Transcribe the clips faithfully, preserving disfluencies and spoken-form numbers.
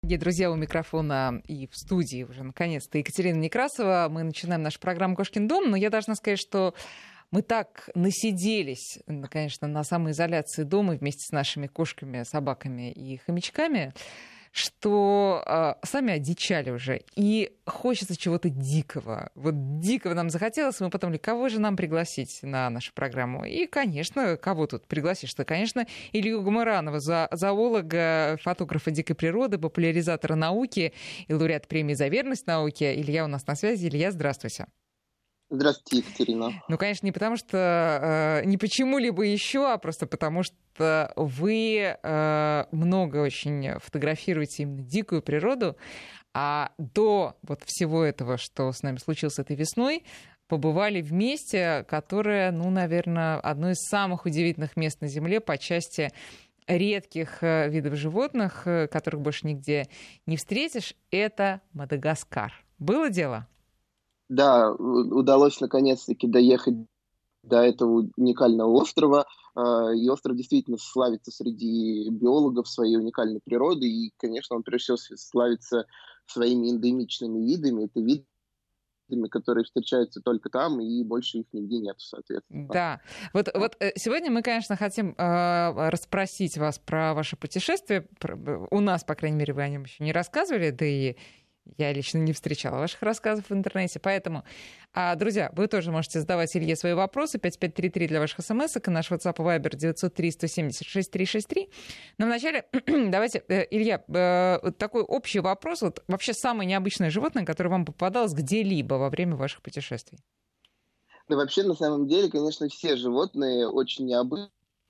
Дорогие друзья, у микрофона и в студии уже наконец-то Екатерина Некрасова. Мы начинаем нашу программу «Кошкин дом», но я должна сказать, что мы так насиделись, конечно, на самоизоляции дома вместе с нашими кошками, собаками и хомячками, что э, сами одичали уже. И хочется чего-то дикого. Вот дикого нам захотелось. Мы подумали, кого же нам пригласить на нашу программу? И, конечно, кого тут пригласишь-то? Конечно, Илью Гумаранова, зо- зоолога, фотографа дикой природы, популяризатора науки и лауреат премии за верность науке. Илья у нас на связи. Илья, здравствуйте. Здравствуйте, Екатерина. Ну, конечно, не потому что... Э, не почему-либо еще, а просто потому что вы э, много очень фотографируете именно дикую природу, а до вот всего этого, что с нами случилось этой весной, побывали в месте, которое, ну, наверное, одно из самых удивительных мест на Земле по части редких видов животных, которых больше нигде не встретишь, это Мадагаскар. Было дело? Да, удалось наконец-таки доехать до этого уникального острова. И остров действительно славится среди биологов своей уникальной природой. И, конечно, он прежде всего славится своими эндемичными видами. Это виды, которые встречаются только там, и больше их нигде нет, соответственно. Да. Вот, вот сегодня мы, конечно, хотим э, расспросить вас про ваше путешествие. У нас, по крайней мере, вы о нем еще не рассказывали, да и я лично не встречала ваших рассказов в интернете, поэтому, а, друзья, вы тоже можете задавать Илье свои вопросы, пять пять три три для ваших смс-ок, и наш WhatsApp и Viber девять ноль три сто семьдесят шесть триста шестьдесят три. Но вначале, давайте, Илья, такой общий вопрос, вот вообще самое необычное животное, которое вам попадалось где-либо во время ваших путешествий? Да, вообще, на самом деле, конечно, все животные очень необычные,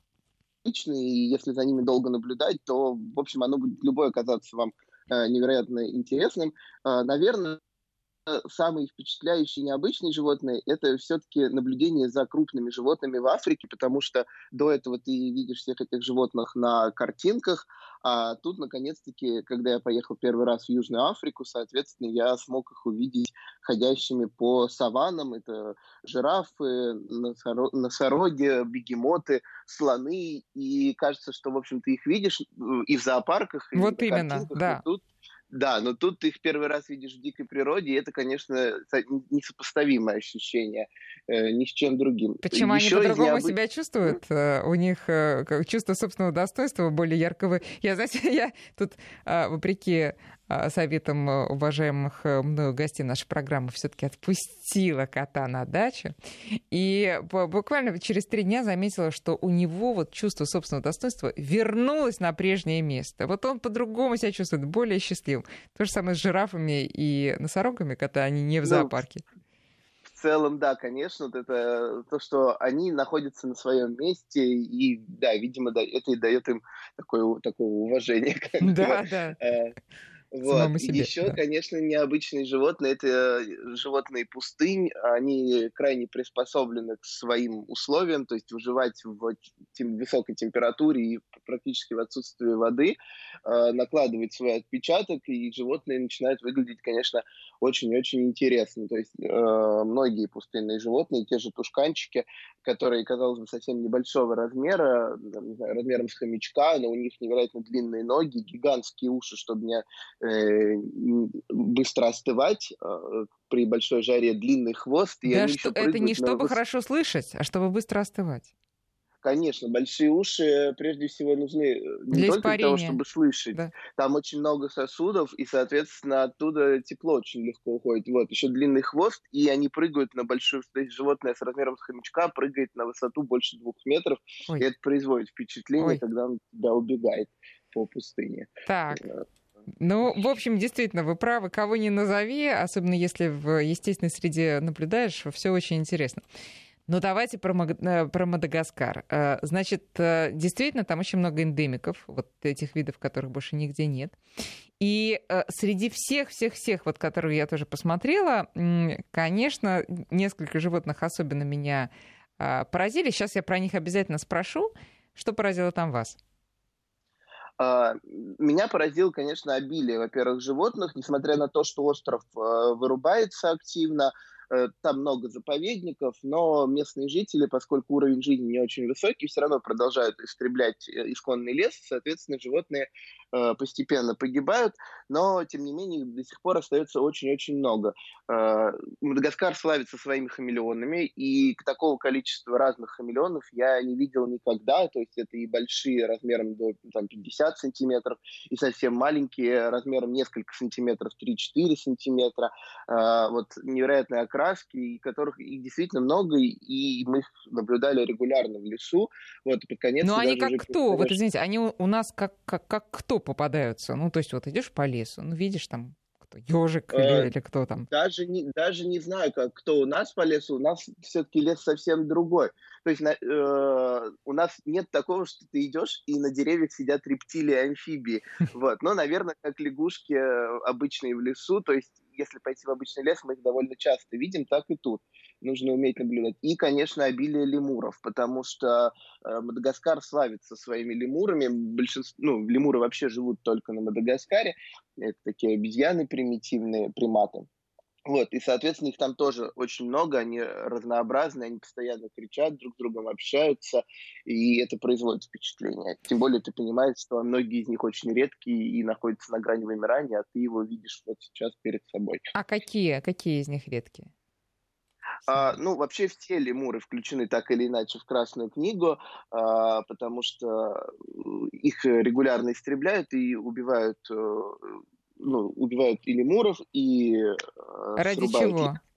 и если за ними долго наблюдать, то, в общем, оно будет любое казаться вам невероятно интересным. Наверное, самые впечатляющие необычные животные — это все-таки наблюдение за крупными животными в Африке, потому что до этого ты видишь всех этих животных на картинках, а тут, наконец-таки, когда я поехал первый раз в Южную Африку, соответственно, я смог их увидеть ходящими по саваннам. Это жирафы, носороги, бегемоты, слоны. И кажется, что, в общем, ты их видишь и в зоопарках, и вот на именно, картинках. да. Тут Да, но тут ты их первый раз видишь в дикой природе, и это, конечно, несопоставимое ощущение э, ни с чем другим. Почему Еще они по-другому необы... себя чувствуют? Mm? У них э, чувство собственного достоинства более яркого. Я, знаете, я тут, э, вопреки э, советам уважаемых мною гостей нашей программы, все-таки отпустила кота на дачу. И буквально через три дня заметила, что у него вот чувство собственного достоинства вернулось на прежнее место. Вот он по-другому себя чувствует, более счастливым. То же самое с жирафами и носорогами, когда они не в зоопарке. Ну, в целом, да, конечно, вот это то, что они находятся на своем месте, и, да, видимо, да, это и дает им такое, такое уважение. Да, да. Вот. Еще, да. Конечно, необычные животные — это животные пустынь. Они крайне приспособлены к своим условиям, то есть выживать в тем, высокой температуре и практически в отсутствии воды, э, накладывать свой отпечаток, и животные начинают выглядеть, конечно, очень-очень интересно. То есть э, многие пустынные животные, те же тушканчики, которые, казалось бы, совсем небольшого размера, не знаю, размером с хомячка, но у них невероятно длинные ноги, гигантские уши, чтобы не быстро остывать э, при большой жаре, длинный хвост. И да, они что, еще это не чтобы выс... хорошо слышать, а чтобы быстро остывать. Конечно, большие уши прежде всего нужны не для только испарения. для того, чтобы слышать. Да. Там очень много сосудов, и, соответственно, оттуда тепло очень легко уходит. Вот, еще длинный хвост, и они прыгают на большую... То есть животное с размером с хомячка прыгает на высоту больше двух метров, Ой. И это производит впечатление, Ой. Когда он тебя убегает по пустыне. Так. Ну, в общем, действительно, вы правы, кого ни назови, особенно если в естественной среде наблюдаешь, все очень интересно. Но давайте про, про Мадагаскар. Значит, действительно, там очень много эндемиков, вот этих видов, которых больше нигде нет. И среди всех-всех-всех, вот, которые я тоже посмотрела, конечно, несколько животных особенно меня поразили. Сейчас я про них обязательно спрошу. Что поразило там вас? Меня поразило, конечно, обилие, во-первых, животных. Несмотря на то, что остров вырубается активно, там много заповедников, но местные жители, поскольку уровень жизни не очень высокий, все равно продолжают истреблять исконный лес, соответственно, животные постепенно погибают, но, тем не менее, до сих пор остается очень-очень много. Мадагаскар славится своими хамелеонами, и такого количества разных хамелеонов я не видел никогда, то есть это и большие размером до там, пятьдесят сантиметров, и совсем маленькие размером несколько сантиметров, три-четыре сантиметра, вот невероятные окраски, и которых их действительно много, и мы их наблюдали регулярно в лесу. Вот, и под конец, ну, они даже как уже... кто? Вот, извините, они у нас как, как, как кто попадаются? Ну, то есть вот идешь по лесу, ну, видишь там ежик или, или кто там? Даже не, даже не знаю, как, кто у нас по лесу. У нас все-таки лес совсем другой. То есть на, э, у нас нет такого, что ты идешь, и на деревьях сидят рептилии и амфибии. Вот. Но, наверное, как лягушки обычные в лесу. То есть если пойти в обычный лес, мы их довольно часто видим, так и тут. Нужно уметь наблюдать. И, конечно, обилие лемуров, потому что э, Мадагаскар славится своими лемурами. Большинство, ну, лемуры вообще живут только на Мадагаскаре. Это такие обезьяны примитивные, приматы. Вот, и, соответственно, их там тоже очень много, они разнообразны, они постоянно кричат, друг с другом общаются, и это производит впечатление. Тем более ты понимаешь, что многие из них очень редкие и находятся на грани вымирания, а ты его видишь вот сейчас перед собой. А какие? Какие из них редкие? А, ну, вообще все лемуры включены так или иначе в Красную книгу, а, потому что их регулярно истребляют и убивают, ну, убивают и лемуров, и Ради срубают чего? их.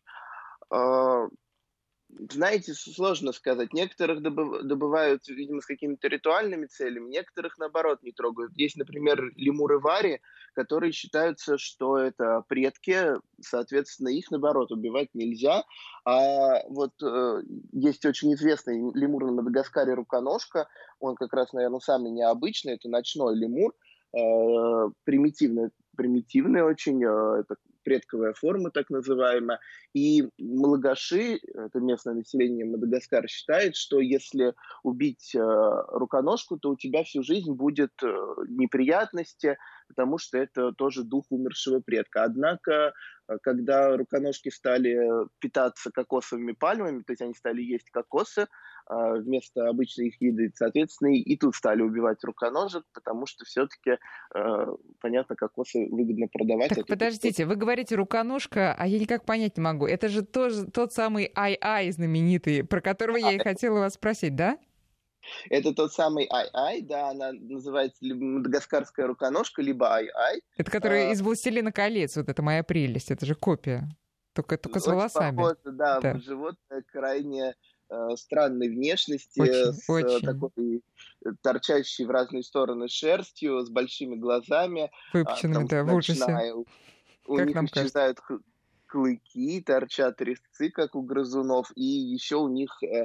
А, знаете, сложно сказать. Некоторых добыв... добывают, видимо, с какими-то ритуальными целями, некоторых, наоборот, не трогают. Есть, например, лемуры вари, которые считаются, что это предки, соответственно, их, наоборот, убивать нельзя. А вот э, есть очень известный лемур на Мадагаскаре руконожка, он как раз, наверное, самый необычный, это ночной лемур, э, примитивный, примитивный очень, э, это предковая форма, так называемая. И малагаши, это местное население Мадагаскара, считает, что если убить э, руконожку, то у тебя всю жизнь будет э, неприятности, потому что это тоже дух умершего предка. Однако, когда руконожки стали питаться кокосовыми пальмами, то есть они стали есть кокосы, вместо обычной их еды, соответственно, и тут стали убивать руконожек, потому что все-таки, э, понятно, кокосы выгодно продавать. Так, подождите, вы говорите руконожка, а я никак понять не могу. Это же тоже тот самый ай-ай знаменитый, про которого я и хотела вас спросить, да? Это тот самый ай-ай, да, она называется либо мадагаскарская руконожка, либо ай-ай. Это который а... из «Властелина колец», вот это моя прелесть, это же копия, только, только с волосами. Похоже, да, да. Животное крайне э, странной внешности, очень, с очень. такой торчащей в разные стороны шерстью, с большими глазами. Выпученными, да, в ужасе. Ночная, у как них нам исчезают кажется? клыки, торчат резцы, как у грызунов, и еще у них э,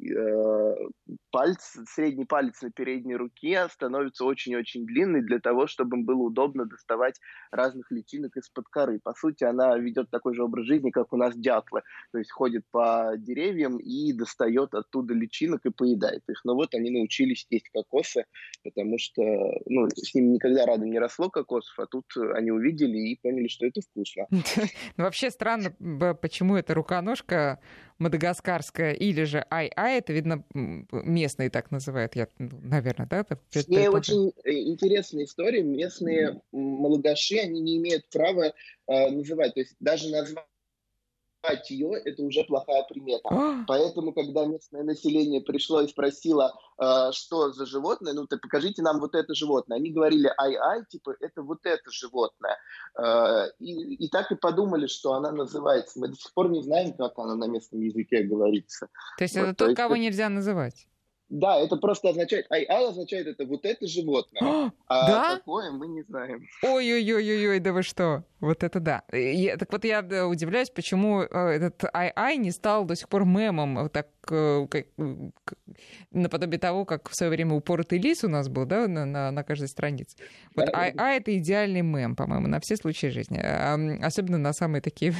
э, палец, средний палец на передней руке становится очень-очень длинный для того, чтобы им было удобно доставать разных личинок из-под коры. По сути, она ведет такой же образ жизни, как у нас дятлы, то есть ходит по деревьям и достает оттуда личинок и поедает их. Но вот они научились есть кокосы, потому что ну, с ними никогда рядом не росло кокосов, а тут они увидели и поняли, что это вкусно. Вообще странно, почему это руконожка мадагаскарская или же ай-ай, это, видно, местные так называют, я, наверное, да? С ней очень интересная история. Местные малагаши, они не имеют права э, называть, то есть даже назвать ее, это уже плохая примета. Поэтому, когда местное население пришло и спросило, э, что за животное, ну, так покажите нам вот это животное. Они говорили ай-ай, типа, это вот это животное. Э, и, и так и подумали, что она называется. Мы до сих пор не знаем, как она на местном языке говорится. То есть вот, это то тот, есть кого это... нельзя называть? Да, это просто означает, ай-ай означает это вот это животное, а да? какое мы не знаем. Ой-ой-ой-ой, да вы что? Вот это да. Я, так вот я удивляюсь, почему этот ай-ай не стал до сих пор мемом, так, как, наподобие того, как в свое время упоротый лис у нас был, да, на, на, на каждой странице. Вот да, ай-ай — это идеальный мем, по-моему, на все случаи жизни, особенно на самые такие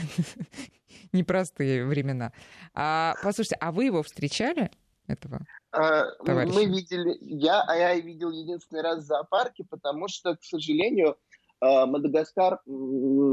непростые времена. А, послушайте, а вы его встречали? Этого товарища? Мы видели, я ай-ай видел единственный раз в зоопарке, потому что, к сожалению, Мадагаскар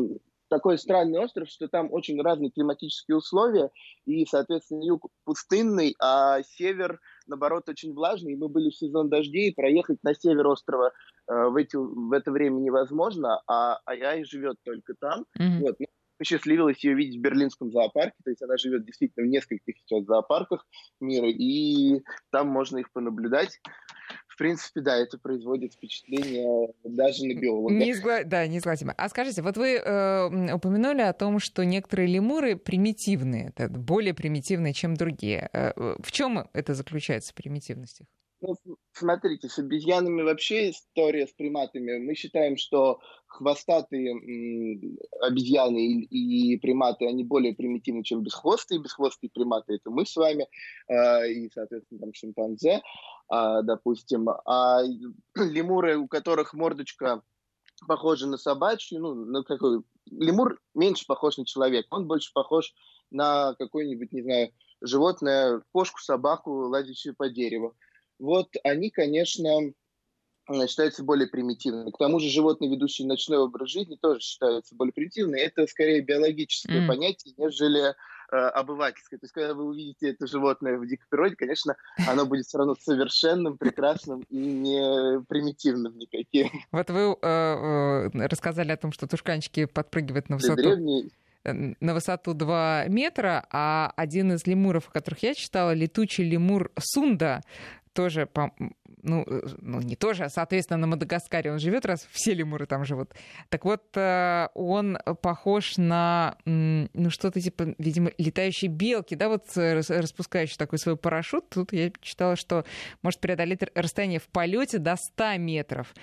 такой странный остров, что там очень разные климатические условия, и, соответственно, юг пустынный, а север, наоборот, очень влажный. И мы были в сезон дождей, и проехать на север острова э, в, эти, в это время невозможно, а Ай-Ай живет только там. Mm-hmm. Вот. Посчастливилось ее видеть в берлинском зоопарке, то есть она живет действительно в нескольких сейчас зоопарках мира, и там можно их понаблюдать. В принципе, да, это производит впечатление даже на биолога. Неизгла... Да, неизгладимо. А скажите, вот вы э, упомянули о том, что некоторые лемуры примитивные, более примитивные, чем другие. В чем это заключается, примитивность их? Ну, смотрите, с обезьянами вообще история с приматами. Мы считаем, что хвостатые м, обезьяны и, и приматы, они более примитивны, чем бесхвостые. Бесхвостые приматы — это мы с вами, э, и, соответственно, там шимпанзе, э, допустим. А лемуры, у которых мордочка похожа на собачью, ну, на какой... Лемур меньше похож на человека, он больше похож на какое-нибудь, не знаю, животное, кошку, собаку, лазящую по дереву. Вот они, конечно, считаются более примитивными. К тому же животные, ведущие ночной образ жизни, тоже считаются более примитивными. Это скорее биологическое mm. понятие, нежели э, обывательское. То есть, когда вы увидите это животное в дикой природе, конечно, оно будет все равно совершенным, прекрасным и не примитивным никаким. Вот вы э, э, рассказали о том, что тушканчики подпрыгивают на высоту... Древние... на высоту два метра, а один из лемуров, о которых я читала, летучий лемур Сунда, тоже, ну, ну, не тоже, а, соответственно, на Мадагаскаре он живет, раз все лемуры там живут. Так вот, он похож на, ну, что-то типа, видимо, летающей белки, да, вот распускающий такой свой парашют. Тут я читала, что может преодолеть расстояние в полете до ста метров.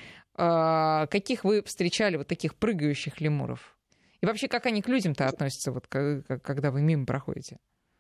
Каких вы встречали вот таких прыгающих лемуров? И вообще, как они к людям-то относятся, вот, когда вы мимо проходите?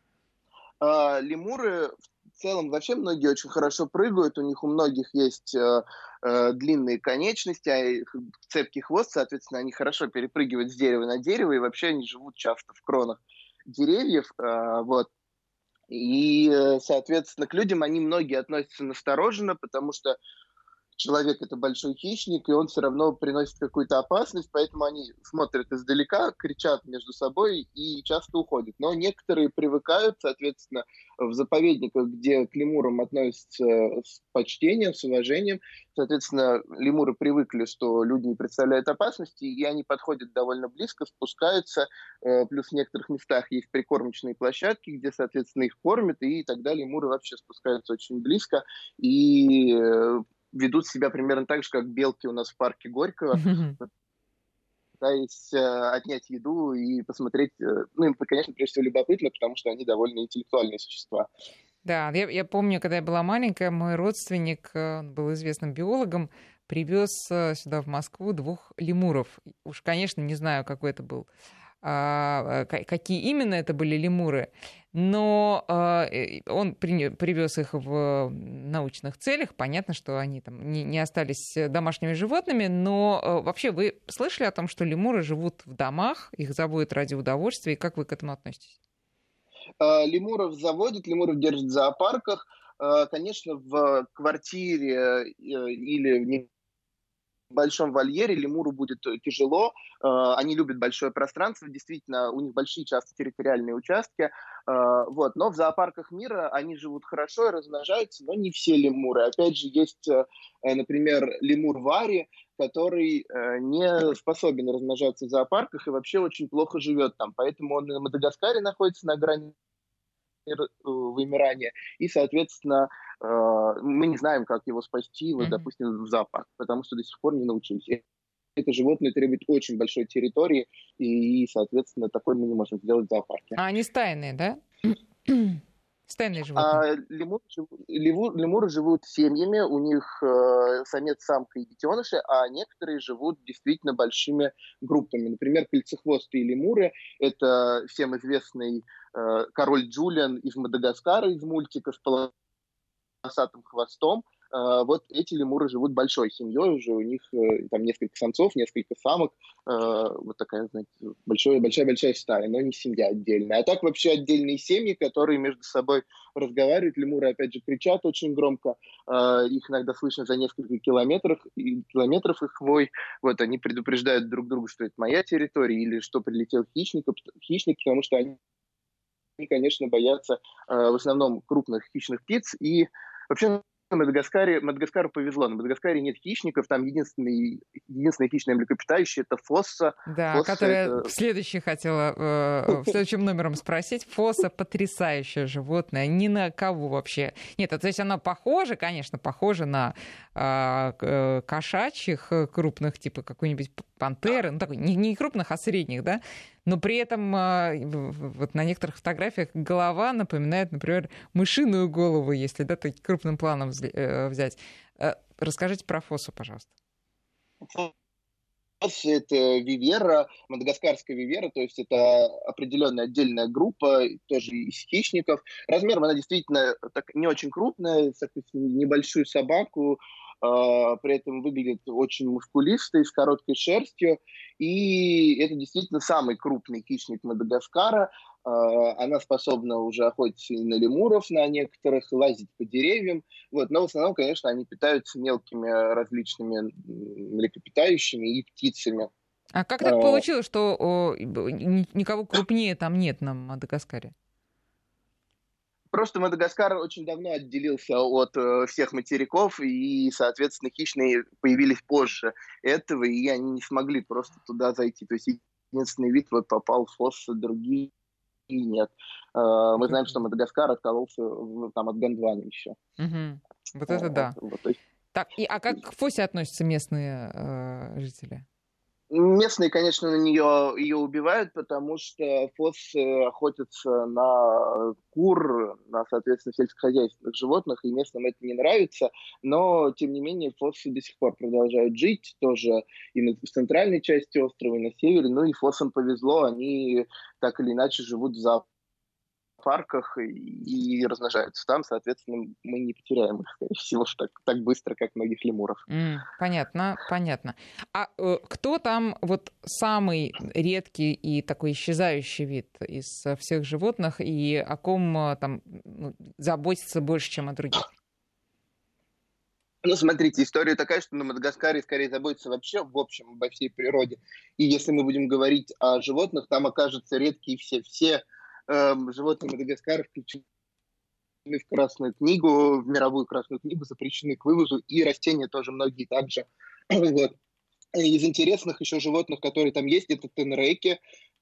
А, лемуры в целом вообще многие очень хорошо прыгают, у них у многих есть э, э, длинные конечности, а цепкий хвост, соответственно, они хорошо перепрыгивают с дерева на дерево, и вообще они живут часто в кронах деревьев, э, вот. И, соответственно, к людям они многие относятся настороженно, потому что человек — это большой хищник, и он все равно приносит какую-то опасность, поэтому они смотрят издалека, кричат между собой и часто уходят. Но некоторые привыкают, соответственно, в заповедниках, где к лемурам относятся с почтением, с уважением, соответственно, лемуры привыкли, что люди не представляют опасности, и они подходят довольно близко, спускаются, плюс в некоторых местах есть прикормочные площадки, где, соответственно, их кормят, и тогда лемуры вообще спускаются очень близко, и ведут себя примерно так же, как белки у нас в парке Горького, пытаясь э, отнять еду и посмотреть. Э, ну, им, конечно, прежде всего любопытно, потому что они довольно интеллектуальные существа. Да, я, я помню, когда я была маленькая, мой родственник, он был известным биологом, привез сюда, в Москву, двух лемуров. Уж, конечно, не знаю, какой это был, а, какие именно это были лемуры, но а, он при, привез их в научных целях. Понятно, что они там не, не остались домашними животными, но а, вообще вы слышали о том, что лемуры живут в домах, их заводят ради удовольствия, и как вы к этому относитесь? Лемуров заводят, лемуров держат в зоопарках. Конечно, в квартире или в большом вольере лемуру будет тяжело. Они любят большое пространство, действительно, у них большие часто территориальные участки. Вот. Но в зоопарках мира они живут хорошо и размножаются, но не все лемуры. Опять же, есть, например, лемур Вари, который не способен размножаться в зоопарках и вообще очень плохо живет там. Поэтому он на Мадагаскаре находится на грани вымирания. И, соответственно, мы не знаем, как его спасти, вот, допустим, в зоопарк, потому что до сих пор не научились. Это животное требует очень большой территории, и, соответственно, такой мы не можем сделать в зоопарке. А они стайные, да? Стайные животные. А лемуры, лемур, лемуры живут семьями, у них э, самец, самка и детеныши, а некоторые живут действительно большими группами. Например, кольцехвостые лемуры — это всем известный э, король Джулиан из Мадагаскара, из мультика, с полосатым хвостом. Вот эти лемуры живут большой семьей уже, у них там несколько самцов, несколько самок, вот такая, знаете, большая-большая стая, но не семья отдельная. А так вообще отдельные семьи, которые между собой разговаривают. Лемуры, опять же, кричат очень громко, их иногда слышно за несколько километров, километров их вой. Вот они предупреждают друг друга, что это моя территория или что прилетел хищник, хищник, потому что они, конечно, боятся в основном крупных хищных птиц. И вообще на Мадагаскаре, Мадагаскару повезло. На Мадагаскаре нет хищников, там единственный, единственное хищное млекопитающее — это фосса. Да, фосса которая это... в следующий хотела, э, в следующем номером спросить. Фосса — потрясающее животное, ни на кого вообще. Нет, то есть она похожа, конечно, похожа на э, кошачьих крупных, типа какой-нибудь пантеры, ну такой, не, не крупных, а средних, да, но при этом э, вот на некоторых фотографиях голова напоминает, например, мышиную голову, если, да, так крупным планом взять. Расскажите про фоссу, пожалуйста. Фосса — это вивера, мадагаскарская вивера, то есть это определенная отдельная группа, тоже из хищников. Размером она действительно так, не очень крупная, небольшую собаку, при этом выглядит очень мускулистой, с короткой шерстью. И это действительно самый крупный хищник Мадагаскара. Она способна уже охотиться и на лемуров, на некоторых, лазить по деревьям. Вот. Но в основном, конечно, они питаются мелкими различными млекопитающими и птицами. А как так получилось, что о, никого крупнее там нет на Мадагаскаре? Просто Мадагаскар очень давно отделился от э, всех материков, и, соответственно, хищные появились позже этого, и они не смогли просто туда зайти. То есть единственный вид вот попал в фоссы, другие нет. Э, мы знаем, что Мадагаскар откололся там, от Гондвана еще. Угу. Вот это да. Вот, вот, есть... Так, и, а как к фоссе относятся местные э, жители? Местные, конечно, на нее ее убивают, потому что фоссы охотятся на кур, на, соответственно, сельскохозяйственных животных, и местным это не нравится. Но, тем не менее, фоссы до сих пор продолжают жить, тоже и на, в центральной части острова, и на севере. Ну и фоссам повезло, они так или иначе живут в зоопарках парках и, и размножаются там, соответственно, мы не потеряем их, скорее всего, так, так быстро, как многих лемуров. Mm, понятно, понятно. А э, кто там вот самый редкий и такой исчезающий вид из всех животных, и о ком там ну, заботится больше, чем о других? Ну, смотрите, история такая, что на Мадагаскаре скорее заботится вообще, в общем, обо всей природе. И если мы будем говорить о животных, там окажутся редкие все, все животные Мадагаскара включены в Красную книгу, в мировую Красную книгу, запрещены к вывозу, и растения тоже многие также. Вот. Из интересных еще животных, которые там есть, это тенреки.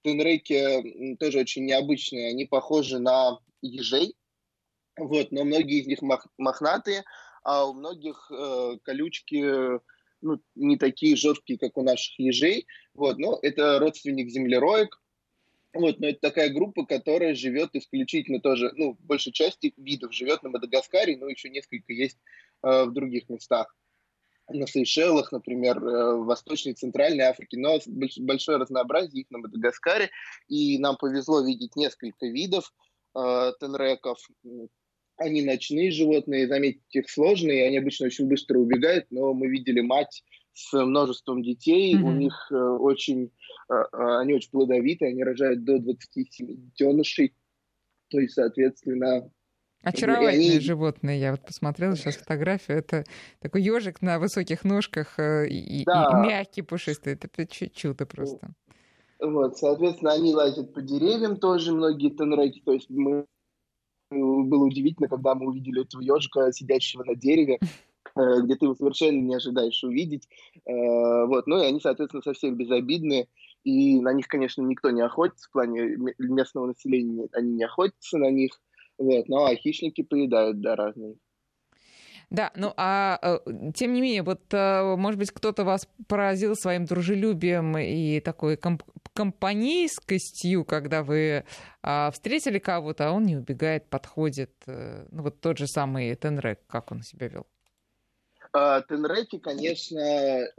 Тенреки тоже очень необычные, они похожи на ежей, вот, но многие из них мох- мохнатые, а у многих э, колючки ну, не такие жесткие, как у наших ежей. Вот, но это родственник землероек. Вот, но это такая группа, которая живет исключительно тоже, ну, большая часть видов живет на Мадагаскаре, но еще несколько есть э, в других местах. На Сейшелах, например, э, в Восточной и Центральной Африке, но больш, большое разнообразие их на Мадагаскаре, и нам повезло видеть несколько видов э, тенреков. Они ночные животные, заметить их сложно, и они обычно очень быстро убегают, но мы видели мать с множеством детей, mm-hmm. у них э, очень, э, они очень плодовитые, они рожают до двадцати семи детенышей, то есть, соответственно... Очаровательные они... животные, я вот посмотрела сейчас фотографию, это такой ежик на высоких ножках э, и, да. и мягкий, пушистый, это чудо просто. Вот, соответственно, они лазят по деревьям тоже, многие тенреки, то есть мы... было удивительно, когда мы увидели этого ежика, сидящего на дереве, где ты его совершенно не ожидаешь увидеть. Вот. Ну и они, соответственно, совсем безобидные. И на них, конечно, никто не охотится. В плане местного населения они не охотятся на них. Вот. Ну а хищники поедают, да, разные. Да, ну а тем не менее, вот, может быть, кто-то вас поразил своим дружелюбием и такой комп- компанейскостью, когда вы а, встретили кого-то, а он не убегает, подходит. Ну вот тот же самый Тенрек, как он себя вел? Тенреки, конечно,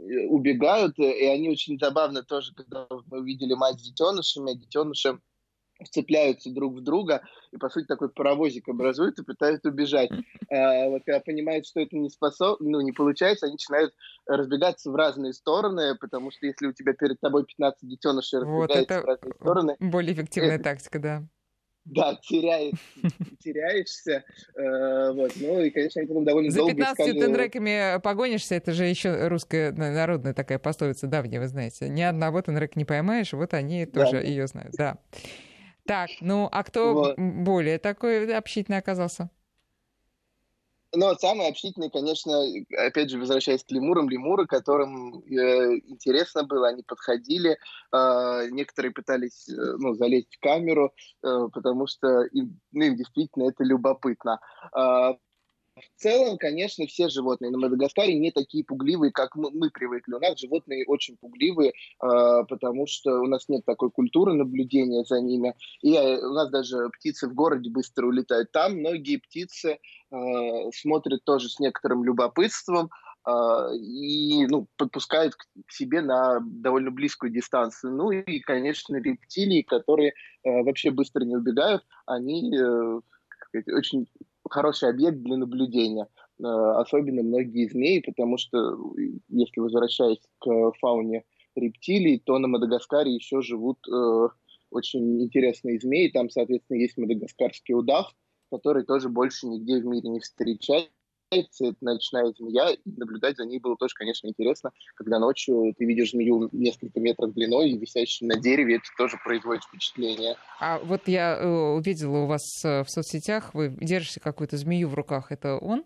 убегают, и они очень забавны тоже, когда мы увидели мать с детенышами, а детеныши вцепляются друг в друга и, по сути, такой паровозик образуют и пытаются убежать. А, вот когда понимают, что это не способ... ну, не получается, они начинают разбегаться в разные стороны, потому что если у тебя перед тобой пятнадцать детенышей Вот разбегается в это разные стороны, более эффективная э, тактика, да. да, теряешь, теряешься. Э, вот. Ну и, конечно, они потом довольно За долго пятнадцатью искали... тенреками погонишься, это же еще русская народная такая пословица давняя, вы знаете. Ни одного тенрека не поймаешь, вот они Да, тоже ее знают, да. Так, ну, а кто вот. более такой общительный оказался? Но самые общительные, конечно, опять же, возвращаясь к лемурам, лемуры, которым э, интересно было, они подходили, э, некоторые пытались э, ну, залезть в камеру, э, потому что им, ну, им действительно это любопытно. Э, В целом, конечно, все животные на Мадагаскаре не такие пугливые, как мы, мы привыкли. У нас животные очень пугливые, э, потому что у нас нет такой культуры наблюдения за ними. И э, у нас даже птицы в городе быстро улетают. Там многие птицы э, смотрят тоже с некоторым любопытством э, и ну, подпускают к, к себе на довольно близкую дистанцию. Ну и, конечно, рептилии, которые э, вообще быстро не убегают, они э, как сказать, очень хороший объект для наблюдения. Э, Особенно многие змеи, потому что, э, если возвращаясь к фауне рептилий, то на Мадагаскаре еще живут э, очень интересные змеи. Там, соответственно, есть мадагаскарский удав, который тоже больше нигде в мире не встречается. Это ночная змея, и наблюдать за ней было тоже, конечно, интересно, когда ночью ты видишь змею несколько метров длиной, висящую на дереве, это тоже производит впечатление. А вот я э, увидела у вас э, в соцсетях, вы держите какую-то змею в руках, это он?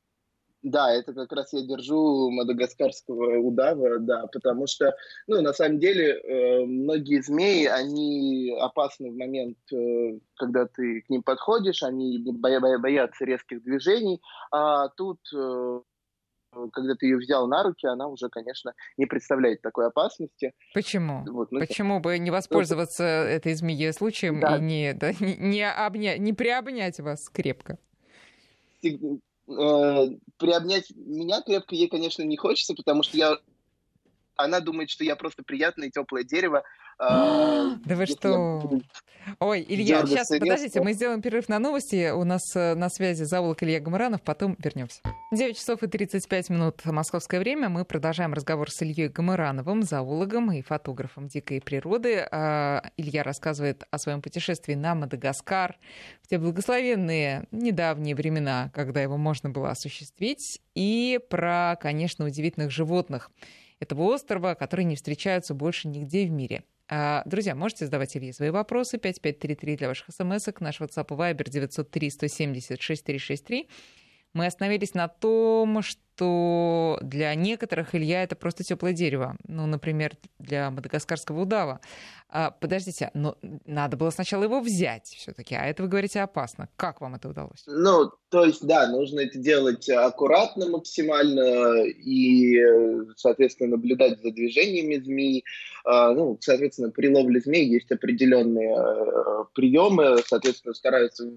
Да, это как раз я держу мадагаскарского удава, да, потому что, ну, на самом деле, э, многие змеи, они опасны в момент, э, когда ты к ним подходишь, они боя- боя- боятся резких движений, а тут, э, когда ты ее взял на руки, она уже, конечно, не представляет такой опасности. Почему? Вот, ну, Почему бы не ну, воспользоваться этой змеей случаем и да, не, да, не, не, обня... не приобнять вас крепко? всег- э, приобнять меня крепко ей, конечно, не хочется, потому что я она думает, что я просто приятное теплое дерево. А, А, да вы если я что? буду Ой, Илья, сейчас, дергаться подождите, резко. мы сделаем перерыв на новости. У нас э, на связи зоолог Илья Гамаранов, потом вернемся. девять часов и тридцать пять минут московское время. Мы продолжаем разговор с Ильей Гамарановым, зоологом и фотографом дикой природы. А, Илья рассказывает о своем путешествии на Мадагаскар в те благословенные недавние времена, когда его можно было осуществить, и про, конечно, удивительных животных этого острова, которые не встречаются больше нигде в мире. Друзья, можете задавать Илье свои вопросы. пять пять три три для ваших смс-ок. Наш WhatsApp и Viber девять ноль три сто семьдесят шесть триста шестьдесят три. Мы остановились на том, что для некоторых Илья — это просто теплое дерево. Ну, например, для мадагаскарского удава. А, подождите, но надо было сначала его взять все-таки, а это, вы говорите, опасно. Как вам это удалось? Ну, то есть, да, нужно это делать аккуратно максимально и, соответственно, наблюдать за движениями змеи. А, Ну, соответственно, при ловле змей есть определенные э, приемы, соответственно, стараются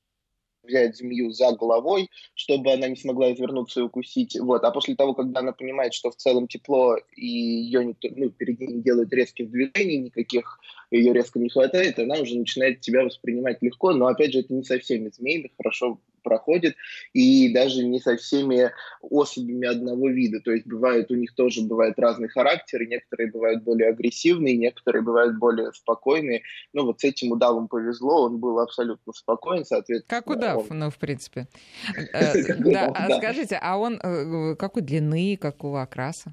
взять змею за головой, чтобы она не смогла извернуться и укусить. Вот. А после того, когда она понимает, что в целом тепло, и ее никто, ну, перед ней не делают резких движений, никаких ее резко не хватает, она уже начинает тебя воспринимать легко. Но, опять же, это не со всеми змеями хорошо проходит, и даже не со всеми особями одного вида. То есть бывает, у них тоже бывает разный характер, и некоторые бывают более агрессивные, некоторые бывают более спокойные. Ну, вот с этим удавом повезло, он был абсолютно спокоен, Как соответственно, удав, он... ну, в принципе. Э, Как Да, удав, а да. скажите, а он э, какой длины, какого окраса?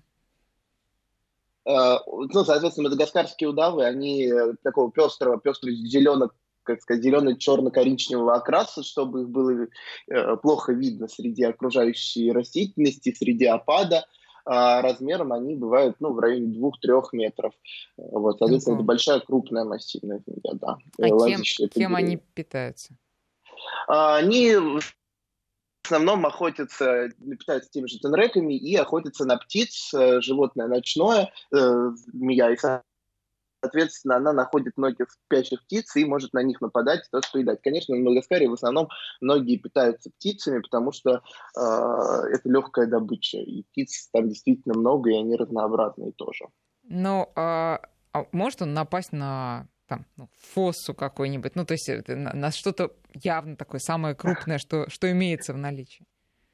Э, Ну, соответственно, мадагаскарские удавы, они э, такого пестрого, пестро-зеленого, как сказать, зелено-черно-коричневого окраса, чтобы их было э, плохо видно среди окружающей растительности, среди опада. А размером они бывают ну, в районе двух-трех метров. Э, Вот, соответственно, это Ого. большая, крупная, массивная змея, да, э, А кем, лазящая по кем они деревьям. питаются? А, Они в основном охотятся, питаются теми же тенреками и охотятся на птиц, э, животное ночное, э, змея, и соответственно, она находит многих спящих птиц и может на них нападать и тоже поедать. Конечно, на Мадагаскаре в основном многие питаются птицами, потому что э, это легкая добыча. И птиц там действительно много, и они разнообразные тоже. Ну, а, а может он напасть на там, ну, фоссу какой-нибудь, ну, то есть это на, на что-то явно такое самое крупное, что, что имеется в наличии?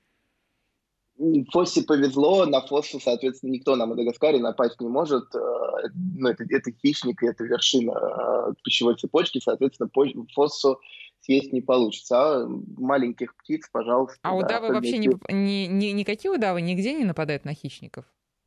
Фоссе повезло, на фоссу, соответственно, никто на Мадагаскаре напасть не может. Э, Ну, это, это хищник, и это вершина э, пищевой цепочки, соответственно, фоссу съесть не получится. А маленьких птиц, пожалуйста, А да, удавы особенно вообще не, если... не, не, никакие удавы нигде не нападают на хищников?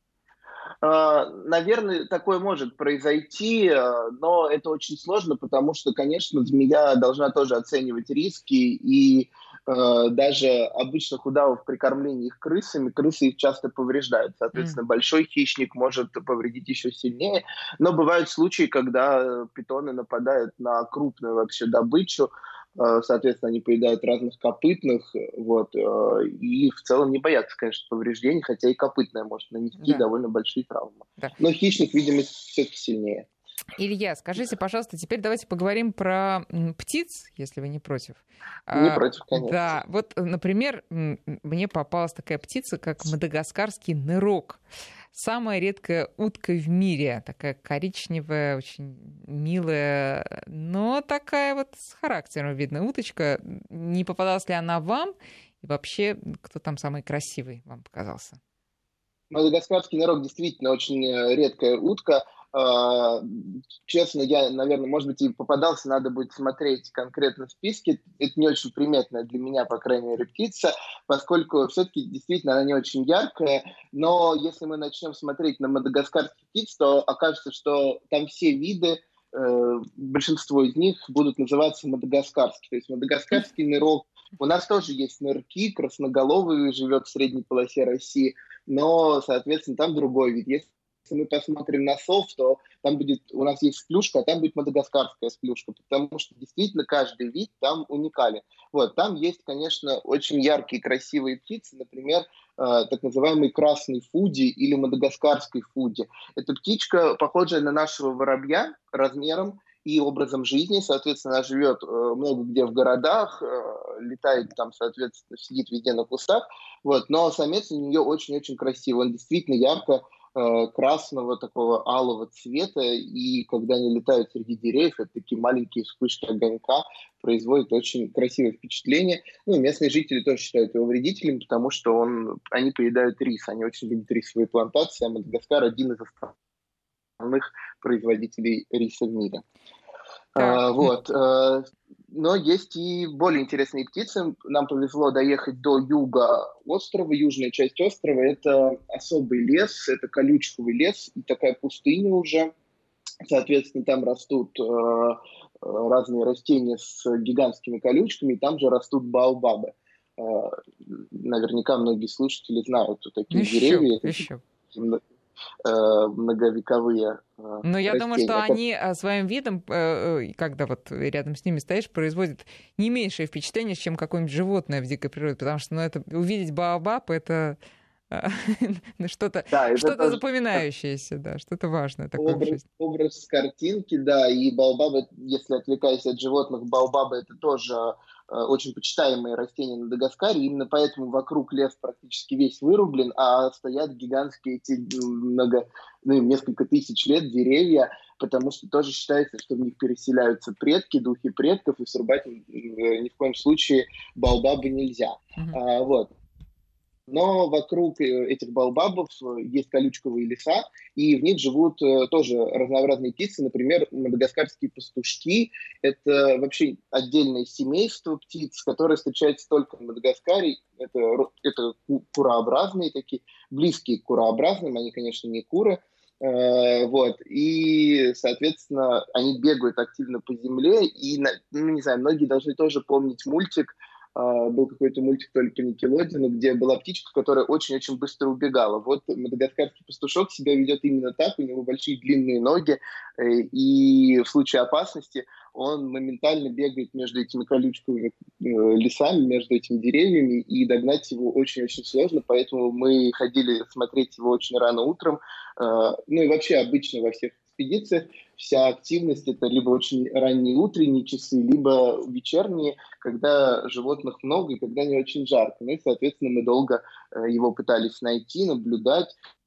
А, Наверное, такое может произойти, э, но это очень сложно, потому что, конечно, змея должна тоже оценивать риски, и э, даже обычных удавов при кормлении их крысами, крысы их часто повреждают. Mm. Соответственно, большой хищник может повредить еще сильнее. Но бывают случаи, когда питоны нападают на крупную вообще добычу, э, соответственно, они поедают разных копытных, вот, э, и в целом не боятся, конечно, повреждений, хотя и копытная может нанести Да, довольно большие травмы. да. Но хищник, видимо, все-таки сильнее. Илья, скажите, пожалуйста, теперь давайте поговорим про птиц, если вы не против. Не А, против, конечно. да, вот, например, мне попалась такая птица, как мадагаскарский нырок. Самая редкая утка в мире, такая коричневая, очень милая, но такая вот с характером, видно, уточка. Не попадалась ли она вам? И вообще, кто там самый красивый вам показался? Мадагаскарский норок действительно очень редкая утка. Честно, я, наверное, может быть, и попадался, надо будет смотреть конкретно списки. Это не очень приметная для меня, по крайней мере, птица, поскольку все-таки действительно она не очень яркая. Но если мы начнем смотреть на мадагаскарских птиц, то окажется, что там все виды, большинство из них будут называться мадагаскарские. То есть мадагаскарский нырок. У нас тоже есть нырки, красноголовый живет в средней полосе России, но, соответственно, там другой вид. Если мы посмотрим на сов, то там будет, у нас есть сплюшка, а там будет мадагаскарская сплюшка, потому что действительно каждый вид там уникален. Вот, там есть, конечно, очень яркие, красивые птицы, например, э, так называемый красный фуди или мадагаскарский фуди. Эта птичка, похожая на нашего воробья размером и образом жизни, соответственно, она живет э, много где в городах, э, летает там, соответственно, сидит везде на кустах, вот, но самец у нее очень-очень красивый, он действительно ярко э, красного, такого алого цвета, и когда они летают среди деревьев, это такие маленькие вспышки огонька, производят очень красивое впечатление. Ну, местные жители тоже считают его вредителем, потому что он, они поедают рис, они очень любят рисовые плантации, а Мадагаскар один из основных производителей риса в мире. А, вот. Но есть и более интересные птицы. Нам повезло доехать до юга острова, южная часть острова. Это особый лес, это колючковый лес и такая пустыня уже. Соответственно, там растут э, разные растения с гигантскими колючками, и там же растут баобабы. Э, наверняка многие слушатели знают, что такие Еще, деревья. еще. Многовековые Но я растения. думаю, что они своим видом, когда вот рядом с ними стоишь, производят не меньшее впечатление, чем какое-нибудь животное в дикой природе, потому что ну, это, увидеть баобаб — это что-то, да, что-то тоже запоминающееся, да, что-то важное такое образ, в жизни. образ с картинки, да, и баобабы, если отвлекаясь от животных, баобабы — это тоже э, очень почитаемые растения на Мадагаскаре, именно поэтому вокруг лес практически весь вырублен, а стоят гигантские эти много, ну, несколько тысяч лет деревья, потому что тоже считается, что в них переселяются предки, духи предков, и срубать ни в коем случае баобабы нельзя. Mm-hmm. А, вот. Но вокруг этих баобабов есть колючковые леса, и в них живут тоже разнообразные птицы, например, мадагаскарские пастушки. Это вообще отдельное семейство птиц, которые встречаются только в Мадагаскаре. Это, это курообразные такие, близкие к курообразным, они, конечно, не куры. Вот. И, соответственно, они бегают активно по земле, и, ну, не знаю, многие должны тоже помнить мультик, Uh, был какой-то мультик то ли по Никелодеону, где была птичка, которая очень-очень быстро убегала. Вот мадагаскарский пастушок себя ведет именно так, у него большие длинные ноги, и в случае опасности он моментально бегает между этими колючковыми лесами, между этими деревьями, и догнать его очень-очень сложно, поэтому мы ходили смотреть его очень рано утром. Uh, ну и вообще обычно во всех экспедициях вся активность — это либо очень ранние утренние часы, либо вечерние, когда животных много и когда не очень жарко. Ну и, соответственно, мы долго его пытались найти, наблюдать.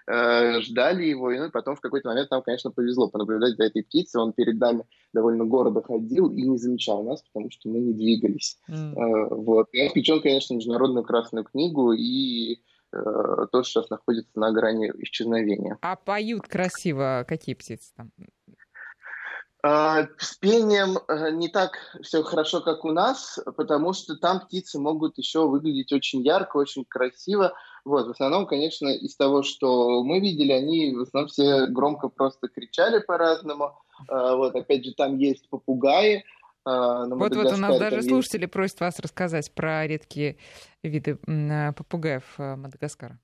э, ждали его, и ну, потом в какой-то момент нам, конечно, повезло понаблюдать за этой птицей. Он перед нами довольно гордо ходил и не замечал нас, потому что мы не двигались. Mm. Э, вот. И он включен, конечно, в Международную Красную книгу, и э, тот сейчас находится на грани исчезновения. А поют красиво какие птицы там? А, С пением э, не так все хорошо, как у нас, потому что там птицы могут еще выглядеть очень ярко, очень красиво. Вот, в основном, конечно, из того, что мы видели, они в основном все громко просто кричали по-разному. А, Вот, опять же, там есть попугаи. а, На Вот-вот у нас Мадагаскаре там даже есть... слушатели просят вас рассказать про редкие виды м, попугаев э, Мадагаскара.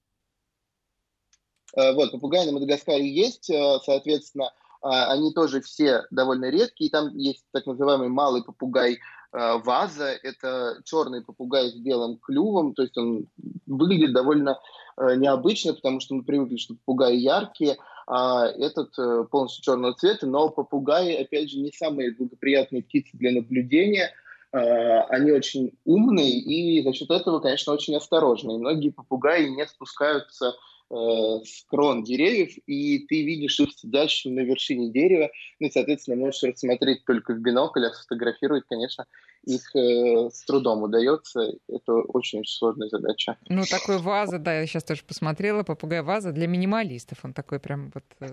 Э, Вот, попугаи на Мадагаскаре есть, э, соответственно, а, они тоже все довольно редкие. Там есть так называемый малый попугай э, ваза. Это черный попугай с белым клювом. То есть он выглядит довольно э, необычно, потому что мы привыкли, что попугаи яркие. А этот э, полностью черного цвета. Но попугаи, опять же, не самые благоприятные птицы для наблюдения. Э, Они очень умные и за счет этого, конечно, очень осторожные. Многие попугаи не спускаются э, с крон деревьев, и ты видишь их сидящими на вершине дерева, ну и, соответственно, можешь рассмотреть только в бинокль, а сфотографировать, конечно, их э, с трудом удается. Это очень-очень сложная задача. Ну, такой ваза, да, я сейчас тоже посмотрела, попугай ваза для минималистов. Он такой прям вот э,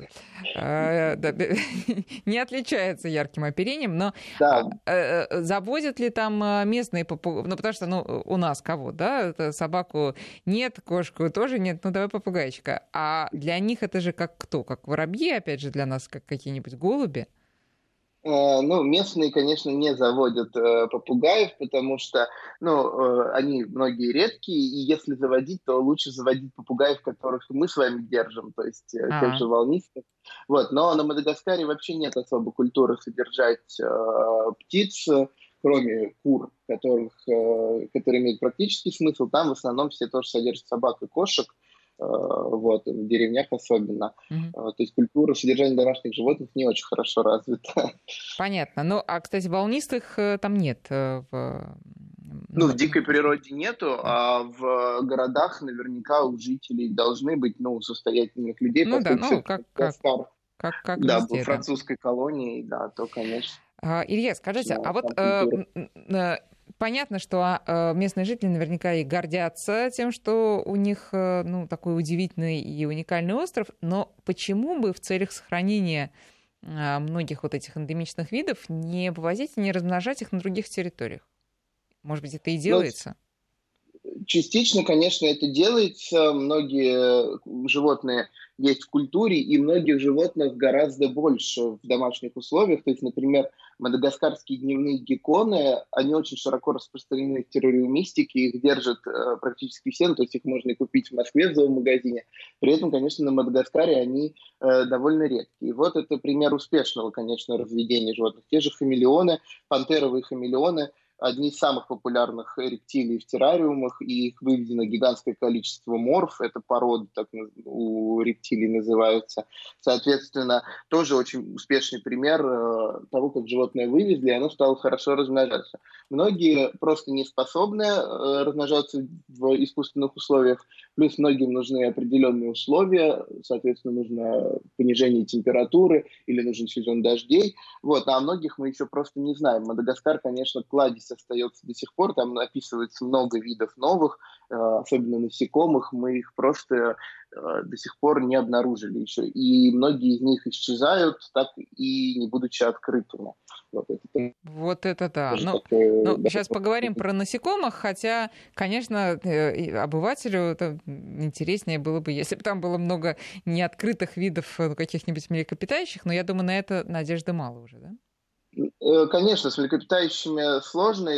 э, да, не отличается ярким оперением, но Да, э, э, заводят ли там э, местные попугаи? Ну, потому что ну, у нас кого, да? Это собаку нет, кошку тоже нет, ну давай попугайчика. А для них это же как кто? Как воробьи, опять же, для нас, как какие-нибудь голуби? Э, Ну, местные, конечно, не заводят э, попугаев, потому что, ну, э, они многие редкие, и если заводить, то лучше заводить попугаев, которых мы с вами держим, то есть э, тех А, же волнистых. Вот. Но на Мадагаскаре вообще нет особо культуры содержать э, птиц, э, кроме кур, которых, э, которые имеют практический смысл. Там в основном все тоже содержат собак и кошек, э, вот, в деревнях особенно. мгм. Э, То есть культура содержания домашних животных не очень хорошо развита. Понятно. Ну, а, кстати, волнистых э, там нет э, в... Ну, Ну, в дикой природе нету, да. а в городах наверняка у жителей должны быть, ну, у состоятельных людей, Ну да, поскольку ну, все-таки как, как, Мадагаскар, как, как да, был везде, да. французской колонией, да, то, конечно, А, Илья, скажите, а вот там э, культура. м, м, э, понятно, что э, местные жители наверняка и гордятся тем, что у них э, ну, такой удивительный и уникальный остров, но почему бы в целях сохранения э, многих вот этих эндемичных видов не вывозить и не размножать их на других территориях? Может быть, это и Ну, делается? частично, конечно, это делается. Многие животные есть в культуре, и многих животных гораздо больше в домашних условиях. То есть, например, мадагаскарские дневные гекконы, они очень широко распространены в террариумистике, их держат э, практически все, ну, то есть их можно и купить в Москве в зоомагазине. При этом, конечно, на Мадагаскаре они э, довольно редкие. Вот это пример успешного, конечно, разведения животных. Те же хамелеоны, пантеровые хамелеоны, одни из самых популярных рептилий в террариумах, и их выведено гигантское количество морф, это породы так у рептилий называются. Соответственно, тоже очень успешный пример э, того, как животное вывезли, и оно стало хорошо размножаться. Многие просто не способны э, размножаться в искусственных условиях, плюс многим нужны определенные условия, соответственно, нужно понижение температуры или нужен сезон дождей. Вот, а о многих мы еще просто не знаем. Мадагаскар, конечно, кладезь остается до сих пор, там описывается много видов новых, э, особенно насекомых, мы их просто э, до сих пор не обнаружили еще. И многие из них исчезают, так и не будучи открытыми. Вот это Вот это да. тоже Ну, такое, ну, да. сейчас поговорим про насекомых, хотя, конечно, э, и обывателю это интереснее было бы, если бы там было много неоткрытых видов э, каких-нибудь млекопитающих, но я думаю, на это надежды мало уже, да? Э, Конечно, с млекопитающими сложно,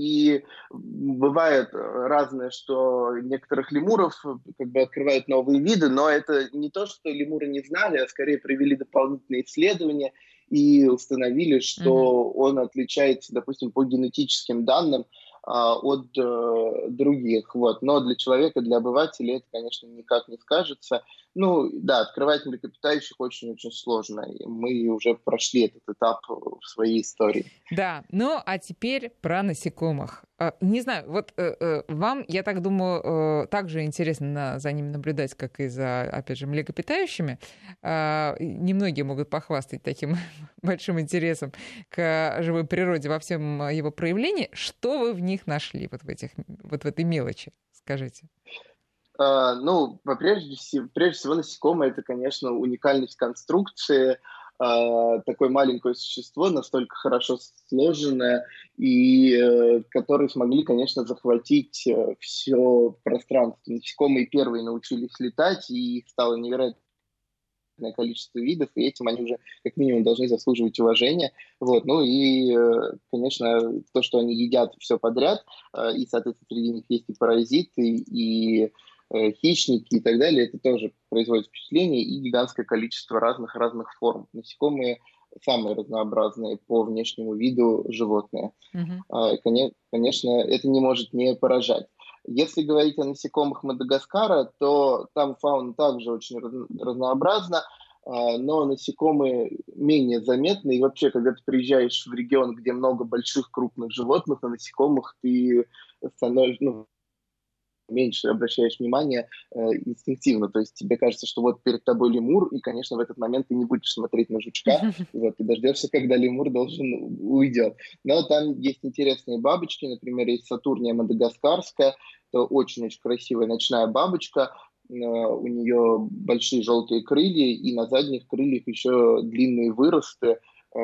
и бывает разное, что некоторых лемуров как бы открывают новые виды, но это не то, что лемуры не знали, а скорее провели дополнительные исследования и установили, Мгм. что он отличается, допустим, по генетическим данным а, от э, других. Вот. Но для человека, для обывателя это, конечно, никак не скажется. Ну, да, открывать млекопитающих очень-очень сложно. И мы уже прошли этот этап в своей истории. Да, ну а теперь про насекомых. А, Не знаю, вот э, э, вам, я так думаю, э, также интересно на- за ними наблюдать, как и за, опять же, млекопитающими. А, и Немногие могут похвастать таким большим интересом к живой природе во всем его проявлении. Что вы в них нашли, вот в этих, вот в этой мелочи, скажите? А, ну, во- прежде всего, прежде всего, насекомое — это, конечно, уникальность конструкции. А, такое маленькое существо, настолько хорошо сложенное, и э, которые смогли, конечно, захватить все пространство. Насекомые первые научились летать, и их стало невероятное количество видов, и этим они уже как минимум должны заслуживать уважения. Вот. Ну и, э, конечно, то, что они едят все подряд, э, и, соответственно, среди них есть и паразиты, и э, хищники и так далее, это тоже производит впечатление, и гигантское количество разных-разных форм. Насекомые самые разнообразные по внешнему виду животные. Мгм. А, коне- Конечно, это не может не поражать. Если говорить о насекомых Мадагаскара, то там фауна также очень раз- разнообразна, а, но насекомые менее заметны. И вообще, когда ты приезжаешь в регион, где много больших крупных животных, на насекомых ты становишься, ну, меньше обращаешь внимание э, инстинктивно. То есть тебе кажется, что вот перед тобой лемур, и, конечно, в этот момент ты не будешь смотреть на жучка, вот, ты дождешься, когда лемур должен у- уйдет. Но там есть интересные бабочки, например, есть Сатурния мадагаскарская, это очень-очень красивая ночная бабочка, э, у нее большие желтые крылья, и на задних крыльях еще длинные выросты, э,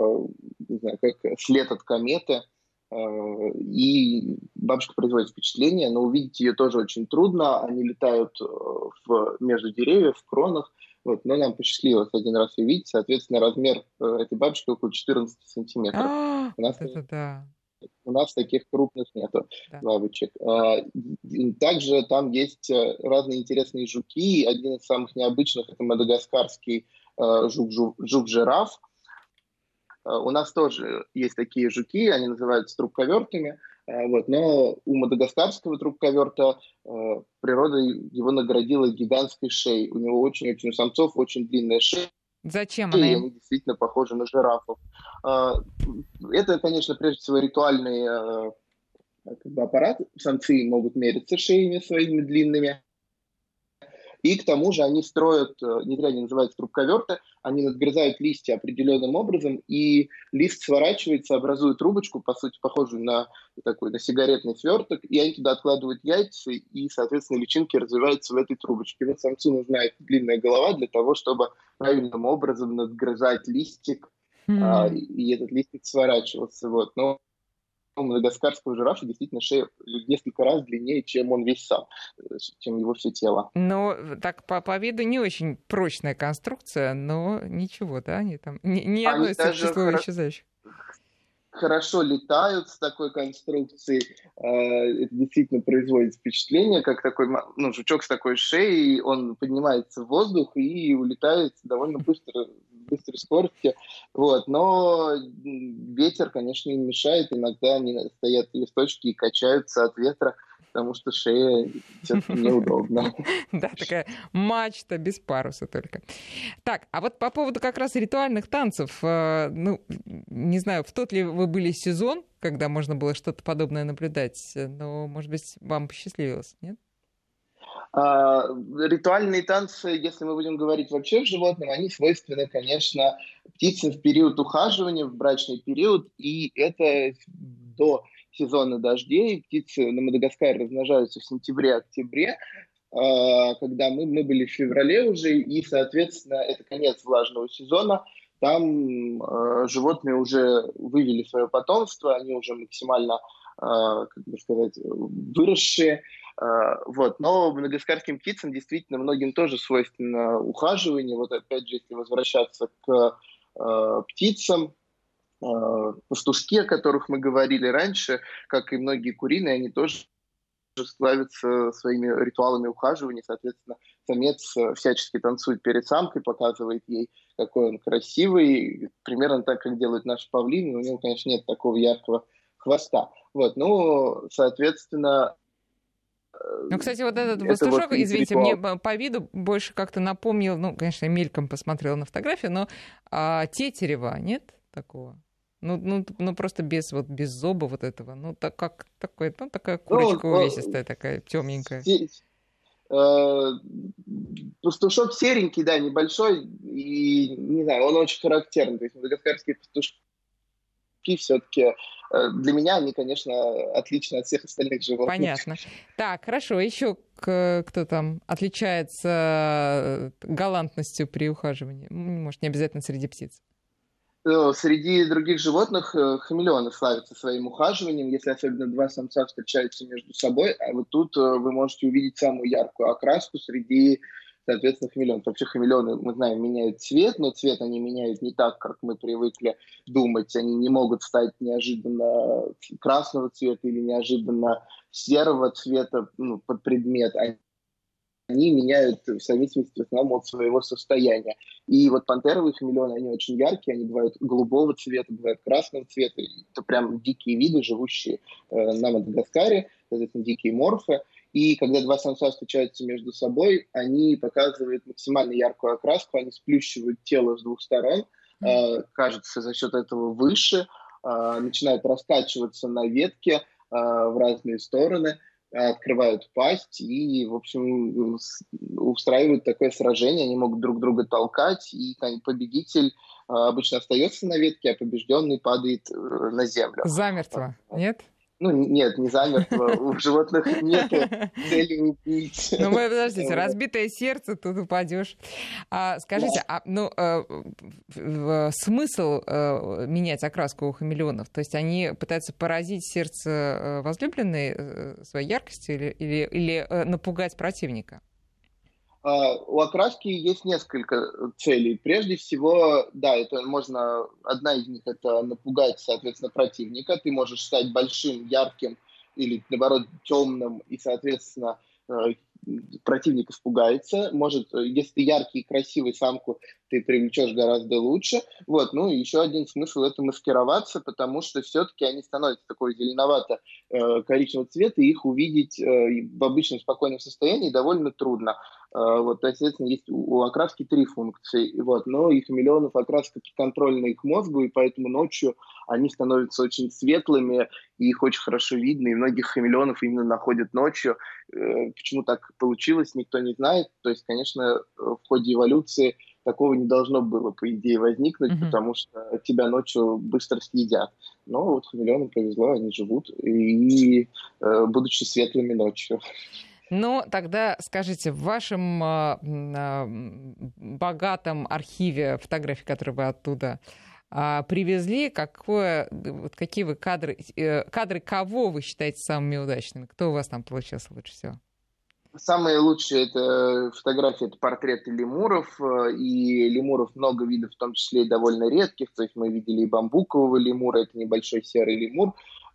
не знаю, как след от кометы. Э, И бабочка производит впечатление, но увидеть ее тоже очень трудно. Они летают э, в, между деревьев, в кронах. Вот, но нам посчастливилось один раз ее видеть. Соответственно, размер э, этой бабочки около четырнадцати сантиметров. А, У нас, вот это да, у нас таких крупных нету да. бабочек. А, и Также там есть э, разные интересные жуки. Один из самых необычных — это мадагаскарский э, жук, жук-жираф. Э, У нас тоже есть такие жуки, они называются трубковертами, э, вот, но у мадагаскарского трубковерта э, природа его наградила гигантской шеей. У него очень-очень, у самцов очень длинная шея, Зачем она и им? они действительно похожи на жирафов. Э, Это, конечно, прежде всего ритуальный э, как бы аппарат. Самцы могут мериться шеями своими длинными, и к тому же они строят, э, не зря они называются трубковерты, они надгрызают листья определенным образом, и лист сворачивается, образует трубочку, по сути, похожую на такой на сигаретный сверток, и они туда откладывают яйца, и, соответственно, личинки развиваются в этой трубочке. И вот самцу нужна эта длинная голова для того, чтобы правильным образом надгрызать листик, а, Хм. и этот листик сворачивался. Вот. Но у мадагаскарского жирафа действительно шея в несколько раз длиннее, чем он весь сам, э, чем его все тело. Но так по, по виду не очень прочная конструкция, но ничего, да, они там не, не Они относятся к даже числу хоро- исчезающих. хорошо летают с такой конструкцией. Э, Это действительно производит впечатление, как такой ма- ну, жучок с такой шеей, он поднимается в воздух и улетает довольно быстро, с быстрой скорости. Вот. Но м, ветер, конечно, им мешает. Иногда они стоят листочки и качаются от ветра, потому что шея все-таки неудобна. Да, такая мачта без паруса только. Так, а вот по поводу как раз ритуальных танцев, э, ну, не знаю, в тот ли вы были сезон, когда можно было что-то подобное наблюдать, но, может быть, вам посчастливилось, нет? А, Ритуальные танцы, если мы будем говорить вообще в животном, они свойственны, конечно, птицам в период ухаживания, в брачный период, и это до сезона дождей. Птицы на Мадагаскаре размножаются в сентябре-октябре, а, когда мы, мы были в феврале уже, и, соответственно, это конец влажного сезона. Там э, животные уже вывели свое потомство, они уже максимально, э, как бы сказать, выросшие. Э, вот. Но мадагаскарским птицам действительно многим тоже свойственно ухаживание. Вот опять же, если возвращаться к э, птицам, э, пастушки, о которых мы говорили раньше, как и многие куриные, они тоже славится своими ритуалами ухаживания. Соответственно, самец э, всячески танцует перед самкой, показывает ей, какой он красивый. Примерно так, как делают наши павлины. У него, конечно, нет такого яркого хвоста. Вот. Ну, соответственно, Ну, кстати, вот этот это пастушок, вот извините, ритуал. мне по виду больше как-то напомнил, ну, конечно, я мельком посмотрела на фотографию, но а, тетерева нет такого? Ну, ну, ну, просто без, вот, без зоба вот этого. Ну, так как такой, ну, такая Ну, курочка он- увесистая, такая темненькая. се- э, пастушок серенький, да, небольшой, и, не знаю, он очень характерный. То есть мадагаскарские пастушки все-таки для меня они, конечно, отличны от всех остальных животных. Понятно. Так, хорошо. Еще кто там отличается э, галантностью при ухаживании? М, Может, не обязательно среди птиц. Ну, среди других животных э, хамелеоны славятся своим ухаживанием, если особенно два самца встречаются между собой. А вот тут э, вы можете увидеть самую яркую окраску среди, соответственно, хамелеонов. Вообще хамелеоны, мы знаем, меняют цвет, но цвет они меняют не так, как мы привыкли думать. Они не могут стать неожиданно красного цвета или неожиданно серого цвета, ну, под предмет. Они меняют в зависимости в основном от своего состояния. И вот пантеровые хамелеоны, они очень яркие, они бывают голубого цвета, бывают красного цвета. Это прям дикие виды, живущие э, на Мадагаскаре, соответственно, дикие морфы. И когда два самца встречаются между собой, они показывают максимально яркую окраску, они сплющивают тело с двух сторон, э, кажется за счет этого выше, э, начинают раскачиваться на ветке э, в разные стороны, открывают пасть и, в общем, устраивают такое сражение. Они могут друг друга толкать, и победитель обычно остается на ветке, а побежденный падает на землю. Замертво, нет? Ну, нет, не замертво. У животных нет цели убить. Ну, вы подождите, разбитое сердце, тут упадешь. А, скажите, а, ну, э, э, смысл э, менять окраску у хамелеонов? То есть они пытаются поразить сердце возлюбленной э, своей яркостью или, или, или э, напугать противника? У окраски есть несколько целей. Прежде всего, да, это можно, одна из них это напугать, соответственно, противника. Ты можешь стать большим, ярким или, наоборот, темным, и, соответственно, противник испугается. Может, если ты яркий и красивый, самку ты привлечешь гораздо лучше. Вот. Ну и еще один смысл — это маскироваться, потому что все-таки они становятся такой зеленовато-коричневого цвета, и их увидеть в обычном спокойном состоянии довольно трудно. Вот, соответственно, есть у окраски три функции. Вот, но у хамелеонов окраска подконтрольна их мозгу, и поэтому ночью они становятся очень светлыми, и их очень хорошо видно, и многих хамелеонов именно находят ночью. Почему так получилось, никто не знает. То есть, конечно, в ходе эволюции такого не должно было, по идее, возникнуть, mm-hmm. потому что тебя ночью быстро съедят. Но вот хамелеонам повезло, они живут, и будучи светлыми ночью. Ну, тогда скажите, в вашем э, э, богатом архиве фотографий, которые вы оттуда э, привезли, какое, вот какие вы кадры, э, кадры кого вы считаете самыми удачными? Кто у вас там получился лучше всего? Самые лучшие это фотографии, это портреты лемуров, и лемуров много видов, в том числе и довольно редких. То есть мы видели и бамбукового лемура, это небольшой серый лемур,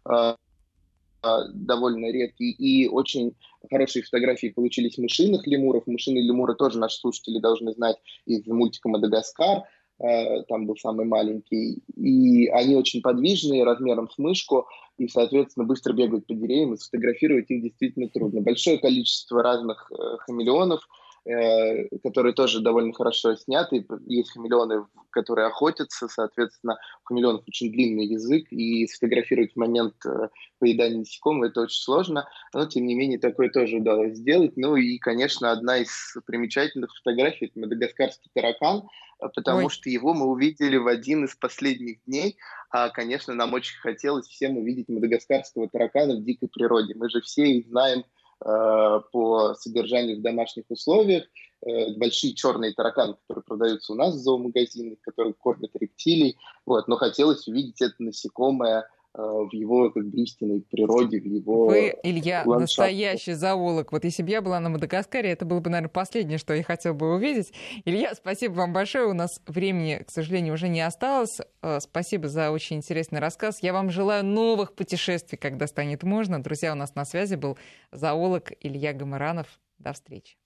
довольно редкий, и очень хорошие фотографии получились мышиных лемуров. Мышиные лемуры тоже наши слушатели должны знать из мультика «Мадагаскар», там был самый маленький, и они очень подвижные, размером с мышку, и, соответственно, быстро бегают по деревьям, и сфотографировать их действительно трудно. Большое количество разных хамелеонов, которые тоже довольно хорошо сняты. Есть хамелеоны, которые охотятся, соответственно, у хамелеонов очень длинный язык, и сфотографировать в момент поедания насекомых это очень сложно, но, тем не менее, такое тоже удалось сделать. Ну и, конечно, одна из примечательных фотографий — это мадагаскарский таракан, потому Ой. что его мы увидели в один из последних дней. А, конечно, нам очень хотелось всем увидеть мадагаскарского таракана в дикой природе. Мы же все их знаем по содержанию в домашних условиях. Большие черные тараканы, которые продаются у нас в зоомагазинах, которые кормят рептилий. Вот. Но хотелось увидеть это насекомое в его как бы истинной природе, в его Вы, Илья, ландшафте. Настоящий зоолог. Вот если бы я была на Мадагаскаре, это было бы, наверное, последнее, что я хотела бы увидеть. Илья, спасибо вам большое. У нас времени, к сожалению, уже не осталось. Спасибо за очень интересный рассказ. Я вам желаю новых путешествий, когда станет можно. Друзья, у нас на связи был зоолог Илья Гамаранов. До встречи.